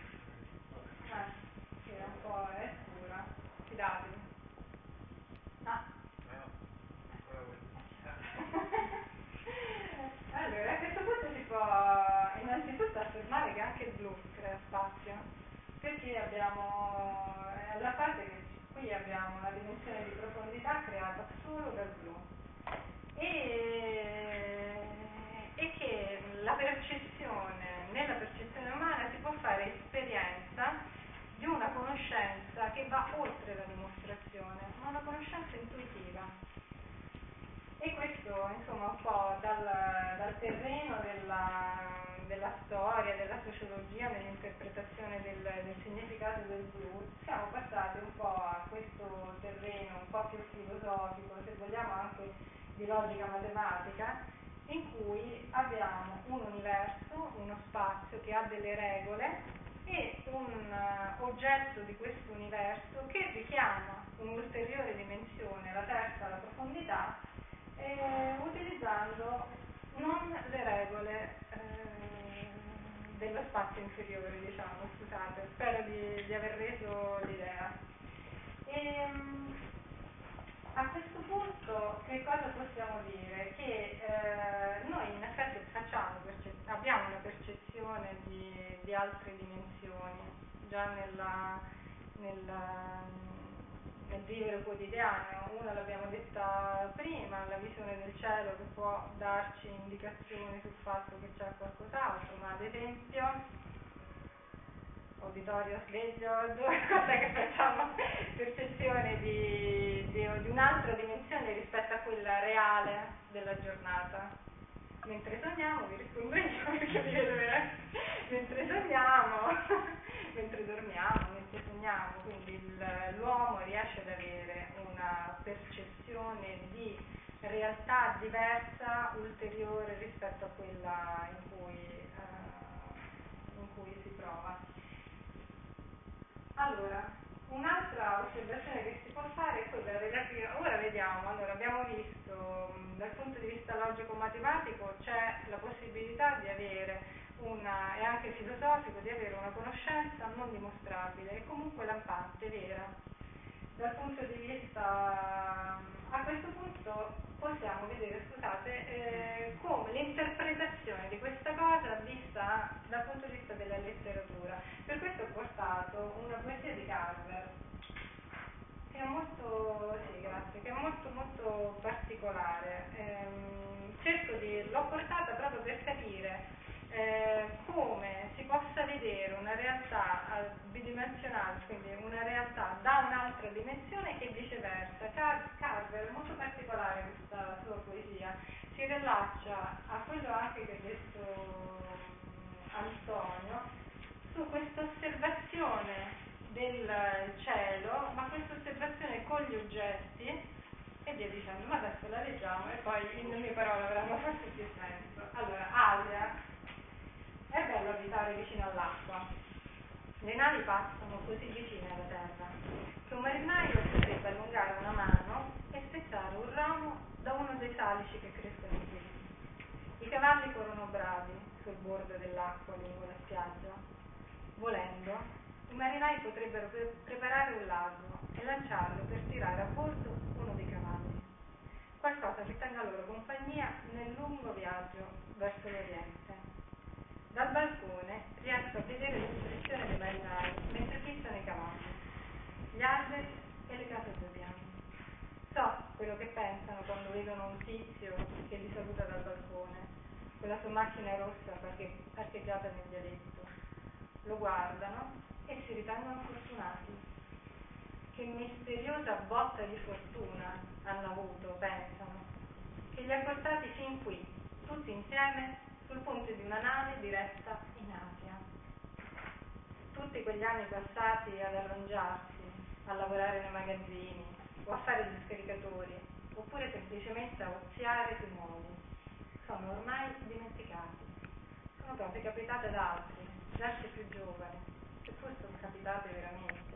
sì, è un po' è scura, fidatevi. Ah. Allora a questo punto si può innanzitutto affermare che anche il blu crea spazio, perché abbiamo alla parte che qui abbiamo una dimensione di profondità creata solo dal blu e, e che la percezione, nella percezione umana si può fare esperienza di una conoscenza che va oltre la dimostrazione, ma una conoscenza intuitiva. E questo insomma un po' dal, dal terreno della, della storia, della sociologia, nell'interpretazione del, del significato del blu, siamo passati un po' a questo terreno un po' più filosofico, se vogliamo anche di logica matematica, in cui abbiamo un universo, uno spazio che ha delle regole e un uh, oggetto di questo universo che richiama un'ulteriore dimensione, la terza, la profondità, eh, utilizzando non le regole eh, dello spazio inferiore, diciamo, scusate, spero di, di aver reso l'idea. E, a questo punto che cosa possiamo dire? Che eh, noi in effetti facciamo percez- abbiamo una percezione di, di altre dimensioni già nella, nella, nel vivere quotidiano. Una l'abbiamo detta prima, la visione del cielo che può darci indicazioni sul fatto che c'è qualcos'altro, ma ad esempio auditorio sveglio, due cose che facciamo percezione di, di, di un'altra dimensione rispetto a quella reale della giornata. Mentre sogniamo, vi rispondo io perché vi vedo veramente, mentre sogniamo, mentre dormiamo, mentre sogniamo, quindi il, l'uomo riesce ad avere una percezione di realtà diversa, ulteriore rispetto a quella in cui, eh, in cui si trova. Allora, un'altra osservazione che si può fare è quella relativa, ora vediamo, allora abbiamo visto mh, dal punto di vista logico-matematico c'è la possibilità di avere una, e anche filosofico, di avere una conoscenza non dimostrabile e comunque lampante, vera. Dal punto di vista, a questo punto possiamo vedere, scusate, eh, come l'interpretazione di questa cosa vista dal punto di vista della letteratura. Per questo ho portato una poesia di Carver, che è molto, sì, grazie, che è molto molto particolare. Ehm, cerco di, l'ho portata proprio per capire Eh, come si possa vedere una realtà eh, bidimensionale, quindi una realtà da un'altra dimensione e viceversa. Car- Carver è molto particolare questa sua poesia, si rilaccia a quello anche che ha detto Antonio, su questa osservazione del cielo, ma questa osservazione con gli oggetti e via dicendo, ma adesso la leggiamo e poi le mie parole avranno forse più senso. Allora, Asia. È bello abitare vicino all'acqua. Le navi passano così vicine alla terra che un marinaio potrebbe allungare una mano e spezzare un ramo da uno dei salici che crescono qui. I cavalli corrono bravi sul bordo dell'acqua lungo la spiaggia. Volendo, i marinai potrebbero pre- preparare un lago e lanciarlo per tirare a bordo uno dei cavalli. Qualcosa che tenga loro compagnia nel lungo viaggio verso l'Oriente. Dal balcone riesco a vedere l'espressione dei marinai mentre fissano i cavalli, gli alberi e le case a due piani. So quello che pensano quando vedono un tizio che li saluta dal balcone, con la sua macchina rossa parche- parcheggiata nel vialetto. Lo guardano e si ritengono fortunati. Che misteriosa botta di fortuna hanno avuto, pensano, che li ha portati fin qui, tutti insieme, sul ponte di una nave diretta in Asia. Tutti quegli anni passati ad arrangiarsi, a lavorare nei magazzini, o a fare gli scaricatori, oppure semplicemente a oziare sui moli, sono ormai dimenticati. Sono cose capitate ad altri, gente più giovane, se fossero capitate veramente.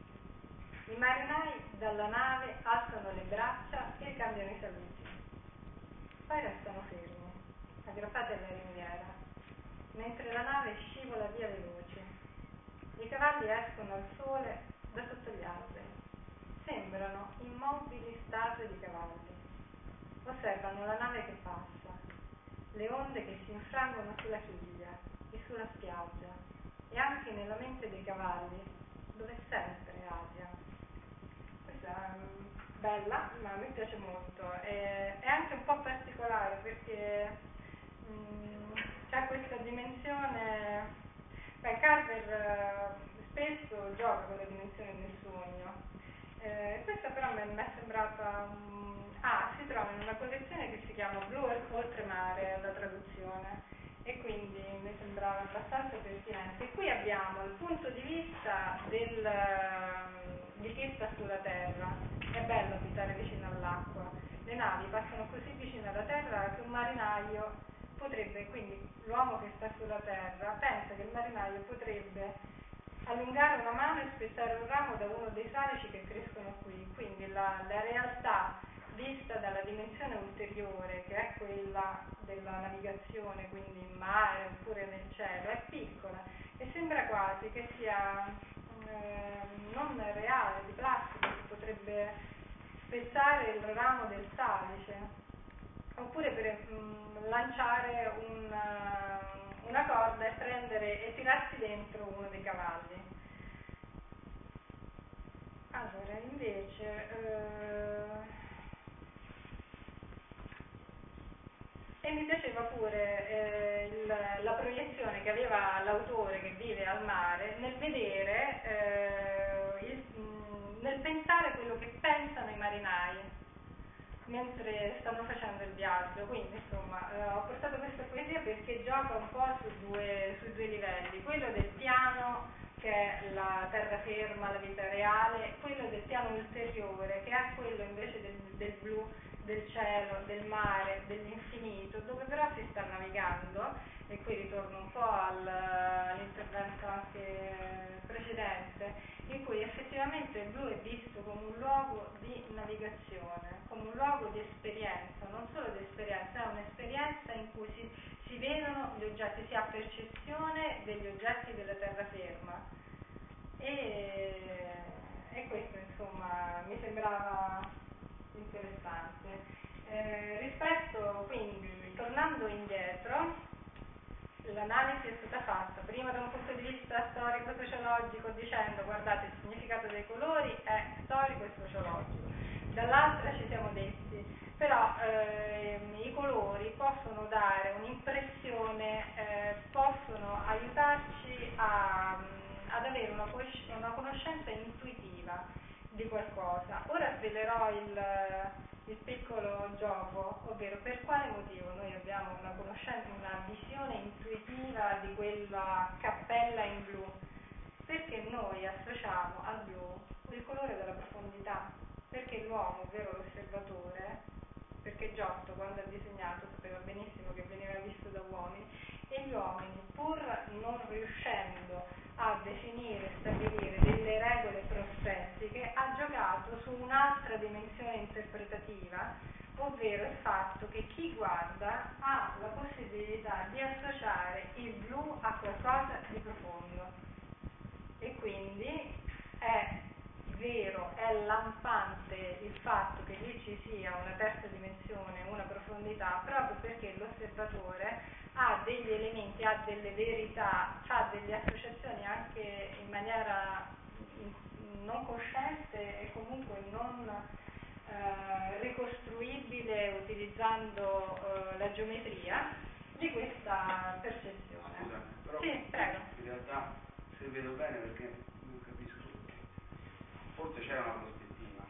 I marinai dalla nave alzano le braccia e cambiano i saluti. Poi restano fermi, aggrappati alla ringhiera, mentre la nave scivola via veloce. I cavalli escono al sole da sotto gli alberi. Sembrano immobili statue di cavalli. Osservano la nave che passa, le onde che si infrangono sulla chiglia e sulla spiaggia, e anche nella mente dei cavalli, dove è sempre Asia. Questa è bella, ma mi piace molto. È, è anche un po' particolare perché mh, c'è questa dimensione. Beh, Carver eh, spesso gioca con la dimensione del sogno. Eh, questa però mi è sembrata um, ah, si trova in una collezione che si chiama Blu Oltremare, la traduzione, e quindi mi sembrava abbastanza pertinente. Qui abbiamo il punto di vista del, di chi sta sulla terra. È bello abitare vicino all'acqua. Le navi passano così vicino alla terra che un marinaio potrebbe, quindi l'uomo che sta sulla terra, pensa che il marinaio potrebbe allungare una mano e spezzare un ramo da uno dei salici che crescono qui. Quindi la, la realtà vista dalla dimensione ulteriore, che è quella della navigazione, quindi in mare oppure nel cielo, è piccola e sembra quasi che sia eh, non reale, di plastica, che potrebbe spezzare il ramo del salice, oppure per mh, lanciare un, uh, una corda e prendere e tirarsi dentro uno dei cavalli. Allora, invece eh, e mi piaceva pure eh, il, la proiezione che aveva l'autore che vive al mare nel vedere mentre stanno facendo il viaggio. Quindi insomma eh, ho portato questa poesia perché gioca un po' su due, su due livelli, quello del piano che è la terraferma, la vita reale, quello del piano ulteriore che è quello invece del, del blu, del cielo, del mare, dell'infinito, dove però si sta navigando, e qui ritorno un po' al, all'intervento anche precedente, in cui effettivamente il blu è visto come un luogo di navigazione, come un luogo di esperienza, non solo di esperienza, è un'esperienza in cui si, si vedono gli oggetti, si ha percezione degli oggetti della terraferma. E, e questo insomma mi sembrava interessante. Eh, rispetto, quindi, tornando indietro, l'analisi è stata fatta prima da un punto di vista storico-sociologico dicendo guardate il significato dei colori è storico e sociologico, dall'altra ci siamo detti però ehm, i colori possono dare un'impressione, eh, possono aiutarci a, ad avere una, una conoscenza intuitiva di qualcosa. Ora svelerò il, il piccolo gioco, ovvero per quale motivo noi abbiamo una conoscenza, una visione intuitiva di quella cappella in blu, perché noi associamo al blu il colore della profondità, perché l'uomo, ovvero l'osservatore, perché Giotto quando ha disegnato sapeva benissimo che veniva visto da uomini, e gli uomini, pur non riuscendo a definire e stabilire delle regole prospettiche, ha giocato su un'altra dimensione interpretativa, ovvero il fatto che chi guarda ha la possibilità di associare il blu a qualcosa di profondo, e quindi è vero, è lampante il fatto che lì ci sia una terza dimensione, una profondità, proprio perché l'osservatore ha degli elementi, ha delle verità, ha delle associazioni anche in maniera non cosciente e comunque non eh, ricostruibile utilizzando eh, la geometria di questa percezione. Scusa, però sì, prego. In realtà, se vedo bene, perché non capisco, forse c'era una prospettiva,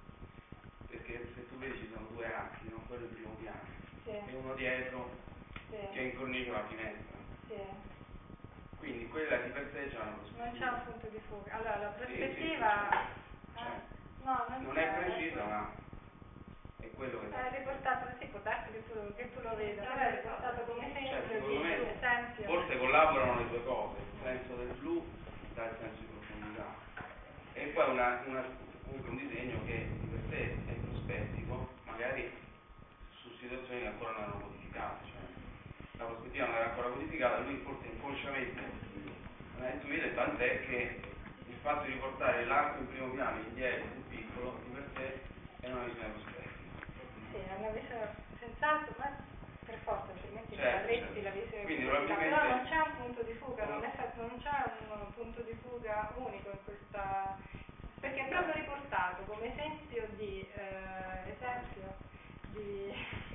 perché se tu vedi ci sono due archi, no? Quello in primo piano, sì. e uno dietro sì. che incornicia la finestra. Sì. Quindi quella di per sé c'è una prospettiva. Non c'è un punto di fuga. Allora, la prospettiva... Sì, sì, eh, no, non, non c'è, è precisa, ma è quello che... È riportato, sì, può darsi che tu, che tu lo veda, però è riportato come esempio, cioè, secondo me, di esempio. forse collaborano le due cose, il senso del blu dà il senso di profondità. E poi una, una, comunque un disegno che di per sé è prospettico, magari su situazioni che ancora non erano codificate, cioè la prospettiva non era ancora codificata, lui forse inconsciamente non ha intuito, tant'è che il fatto di portare l'arco in primo piano indietro più piccolo di per sé è una visione prospettica. Sì, è una visione senz'altro, ma per forza, altrimenti certo, non avresti certo. la visione Quindi, prospettica, probabilmente... però non c'è un punto di fuga, non, è, non c'è un punto di fuga unico in questa, perché è proprio riportato come esempio di eh, esempio di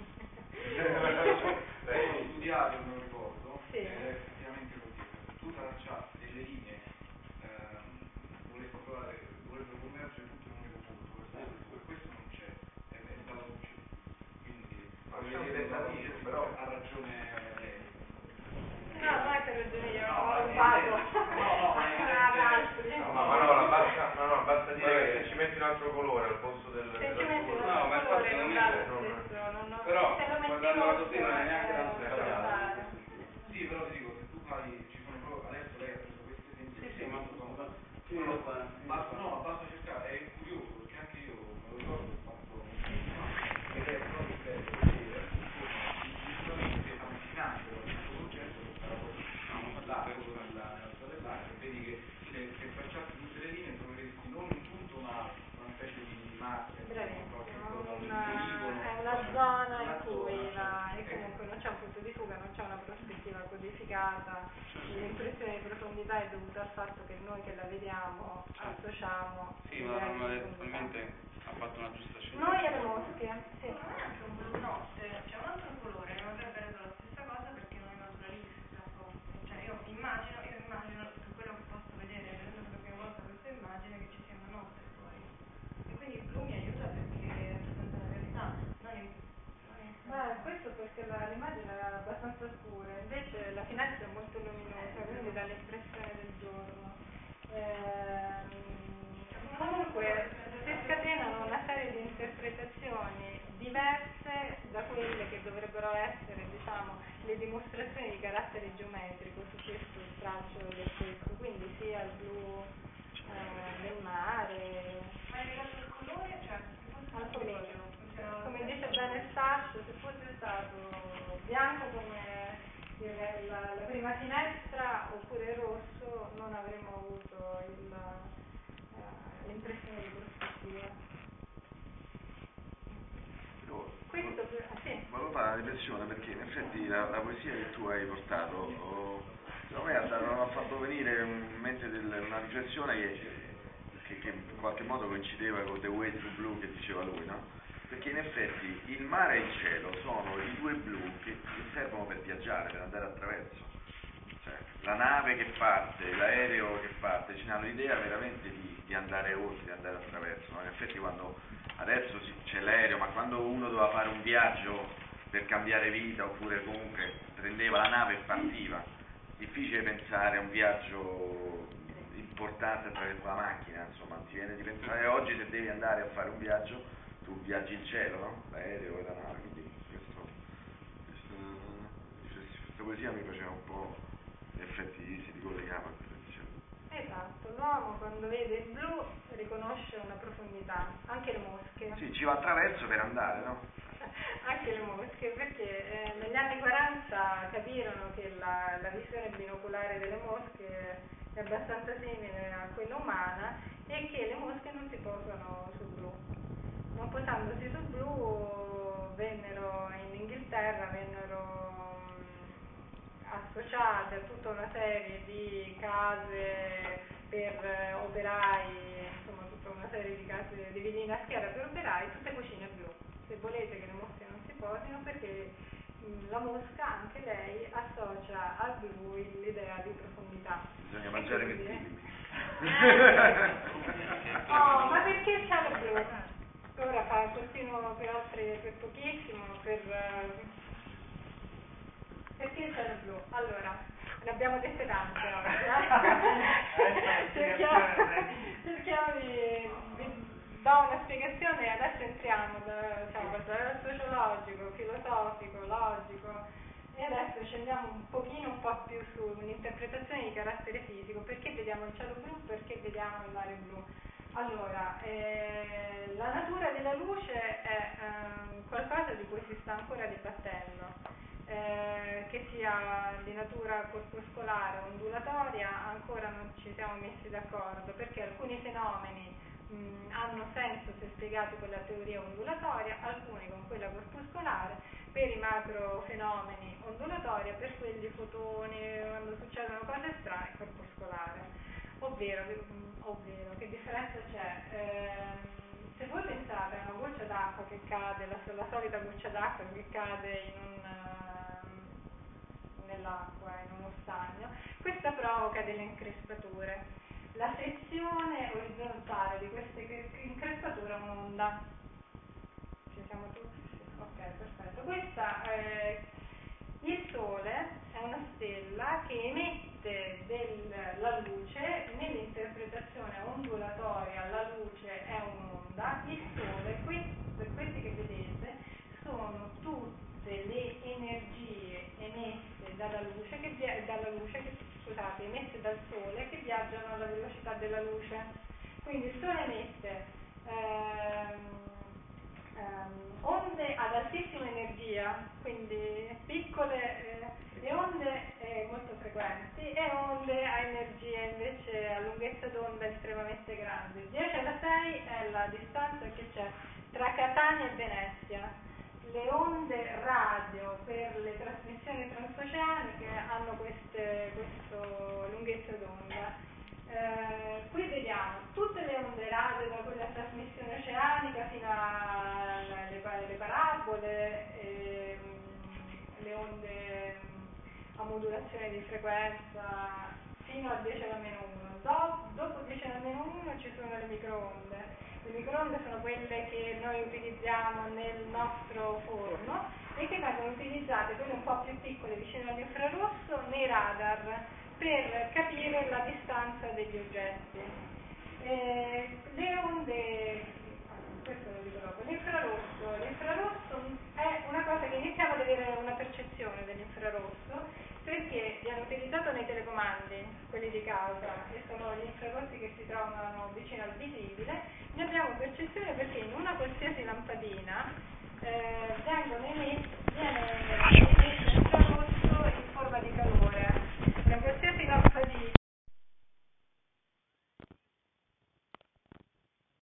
l'ho studiato, me lo ricordo, sì. ed è effettivamente così. Se tu tracciassi delle linee, ehm, volessi trovare, dovrebbero convergere tutte in un unico punto, questo, questo non c'è, è, è stato successo. Quindi, però ha ragione lei. no, non è per ragione io, No, ho ma rubato no, no, ma ad altri. No, ma Marola, basta, no, no, basta dire che se ci metti un altro colore al posto del, se ci metti un colore. No, ma altro colore infatti non non dà è- lo non- stesso, non, non, Però, se lo metti guardando la rosso dottrina non è neanche è tanto sbagliato. Sì, però ti dico, se tu fai, ci sono proprio, adesso lei ha preso questi esempi. Sì, sì, sì. ma sono, sono, basta, no, ma basta cercare, è curioso, perché anche io me lo ricordo, ho fatto ed è proprio bello vedere come giustamente ammuccinando questo concetto che sarà poi l'arco nella statellare, vedi che se, se facciassi tutte le linee troveresti non un punto ma una specie di macchina, Bravissimo, un una, poligono, è una zona in una cui zona, la, e cioè, comunque non c'è un punto di fuga, non c'è una prospettiva codificata, l'impressione di profondità è dovuta al fatto che noi che la vediamo associamo sì, ma normalmente ha fatto una giusta scelta. noi alle mosche, sì. Non è anche un blu, no, eh, c'è un altro colore che potrebbe essere la stessa cosa perché non è naturalista, forse. Cioè io immagino, io immagino per quello che posso vedere, vedendo per la prima volta questa immagine, che ci sia una notte fuori. E quindi il blu mi aiuta perché rappresenta la realtà. Non abbastanza scure, invece la finestra è molto luminosa, quindi dà l'impressione del giorno. Ehm, comunque si scatenano una serie di interpretazioni diverse da quelle che dovrebbero essere, diciamo, le dimostrazioni di carattere geometrico su questo straccio del testo, quindi sia il blu eh, del mare, Ma è legato al colore? Cioè, se fosse al stato colore. grigio, funzionava Come lo dice stesso? bene Stascio, se fosse stato bianco come il- la, la prima finestra oppure rosso non avremmo avuto il, eh, l'impressione di prospettiva. Questo per- ah, sì. Volevo fare una riflessione perché in effetti la, la poesia che tu hai portato oh, secondo me ha, ha fatto venire in mente del, una riflessione che, che, che in qualche modo coincideva con The Way Through Blue che diceva lui, no? Perché in effetti il mare e il cielo sono i due blu che, che servono per viaggiare, per andare attraverso. Cioè, la nave che parte, l'aereo che parte, ci hanno l'idea veramente di, di andare oltre, di andare attraverso, no? In effetti quando adesso c'è l'aereo, ma quando uno doveva fare un viaggio per cambiare vita oppure comunque prendeva la nave e partiva, difficile pensare a un viaggio importante attraverso la macchina, insomma, ti viene di pensare oggi se devi andare a fare un viaggio, tu viaggi il cielo, no? L'aereo e la nave, quindi questo, questo, questa poesia mi faceva un po', in effetti si ricollegava a questa diceva. Esatto, l'uomo quando vede il blu riconosce una profondità, anche le mosche. Sì, ci va attraverso per andare, no? Anche le mosche, perché eh, negli anni quaranta capirono che la, la visione binoculare delle mosche è abbastanza simile a quella umana e che le mosche non si posano sul blu. Non posandosi sul blu vennero in Inghilterra, vennero associate a tutta una serie di case per operai, insomma tutta una serie di case di villine a schiera per operai, tutte cucine blu. Se volete che le mosche non si posino, perché mh, la mosca, anche lei, associa al blu l'idea di profondità. Bisogna mangiare quindi... vestiti. Oh, ma perché il cielo blu? Ora fa, continuo per altri, per pochissimo, per... Uh, perché il cielo blu? Allora, ne abbiamo dette tante oggi, eh? cerchiamo, cerchiamo di, di do una spiegazione e adesso entriamo da, diciamo, dal sociologico, filosofico, logico e adesso scendiamo un pochino un po' più su un'interpretazione di carattere fisico. Perché vediamo il cielo blu? Perché vediamo il mare blu? Allora, eh, la natura della luce è eh, qualcosa di cui si sta ancora dibattendo. Eh, che sia di natura corpuscolare o ondulatoria ancora non ci siamo messi d'accordo, perché alcuni fenomeni mh, hanno senso se spiegati con la teoria ondulatoria, alcuni con quella corpuscolare, per i macro fenomeni ondulatoria, per quelli fotoni, quando succedono cose strane, corpuscolare. Ovvero, mh, ovvero che differenza c'è? Eh, se voi pensate a una goccia d'acqua che cade, la, la solita goccia d'acqua che cade in un nell'acqua, in uno stagno, questa provoca delle increspature. La sezione orizzontale di queste increspature è un'onda. Ci siamo tutti? Sì. Ok, perfetto. Questa, eh, il Sole è una stella che emette del, la luce, nell'interpretazione ondulatoria la luce è un'onda, il Sole, questi, per questi che vedete, sono tutte le energie emesse dalla luce, che, dalla luce che, scusate, emesse dal Sole che viaggiano alla velocità della luce. Quindi il Sole emette ehm, ehm, onde ad altissima energia, quindi piccole eh, e onde eh, molto frequenti, e onde a energia invece a lunghezza d'onda estremamente grande. dieci alla sei è la distanza che c'è tra Catania e Venezia. Le onde radio per le trasmissioni transoceaniche hanno queste, questa lunghezza d'onda. Eh, qui vediamo tutte le onde radio da quella trasmissione oceanica fino alle, alle parabole, e, le onde a modulazione di frequenza fino a dieci alla meno uno. Do, dopodiché dice almeno uno, ci sono le microonde. Le microonde sono quelle che noi utilizziamo nel nostro forno e che vengono utilizzate, quelle un po' più piccole vicino all'infrarosso, nei radar per capire la distanza degli oggetti. Eh, le onde, questo lo dico dopo, l'infrarosso, l'infrarosso è una cosa che iniziamo ad avere una percezione dell'infrarosso perché viene utilizzato nei telecomandi, quelli di casa, e sono gli infrarossi che si trovano vicino al visibile. Ne abbiamo percezione perché in una qualsiasi lampadina eh, vengono emessi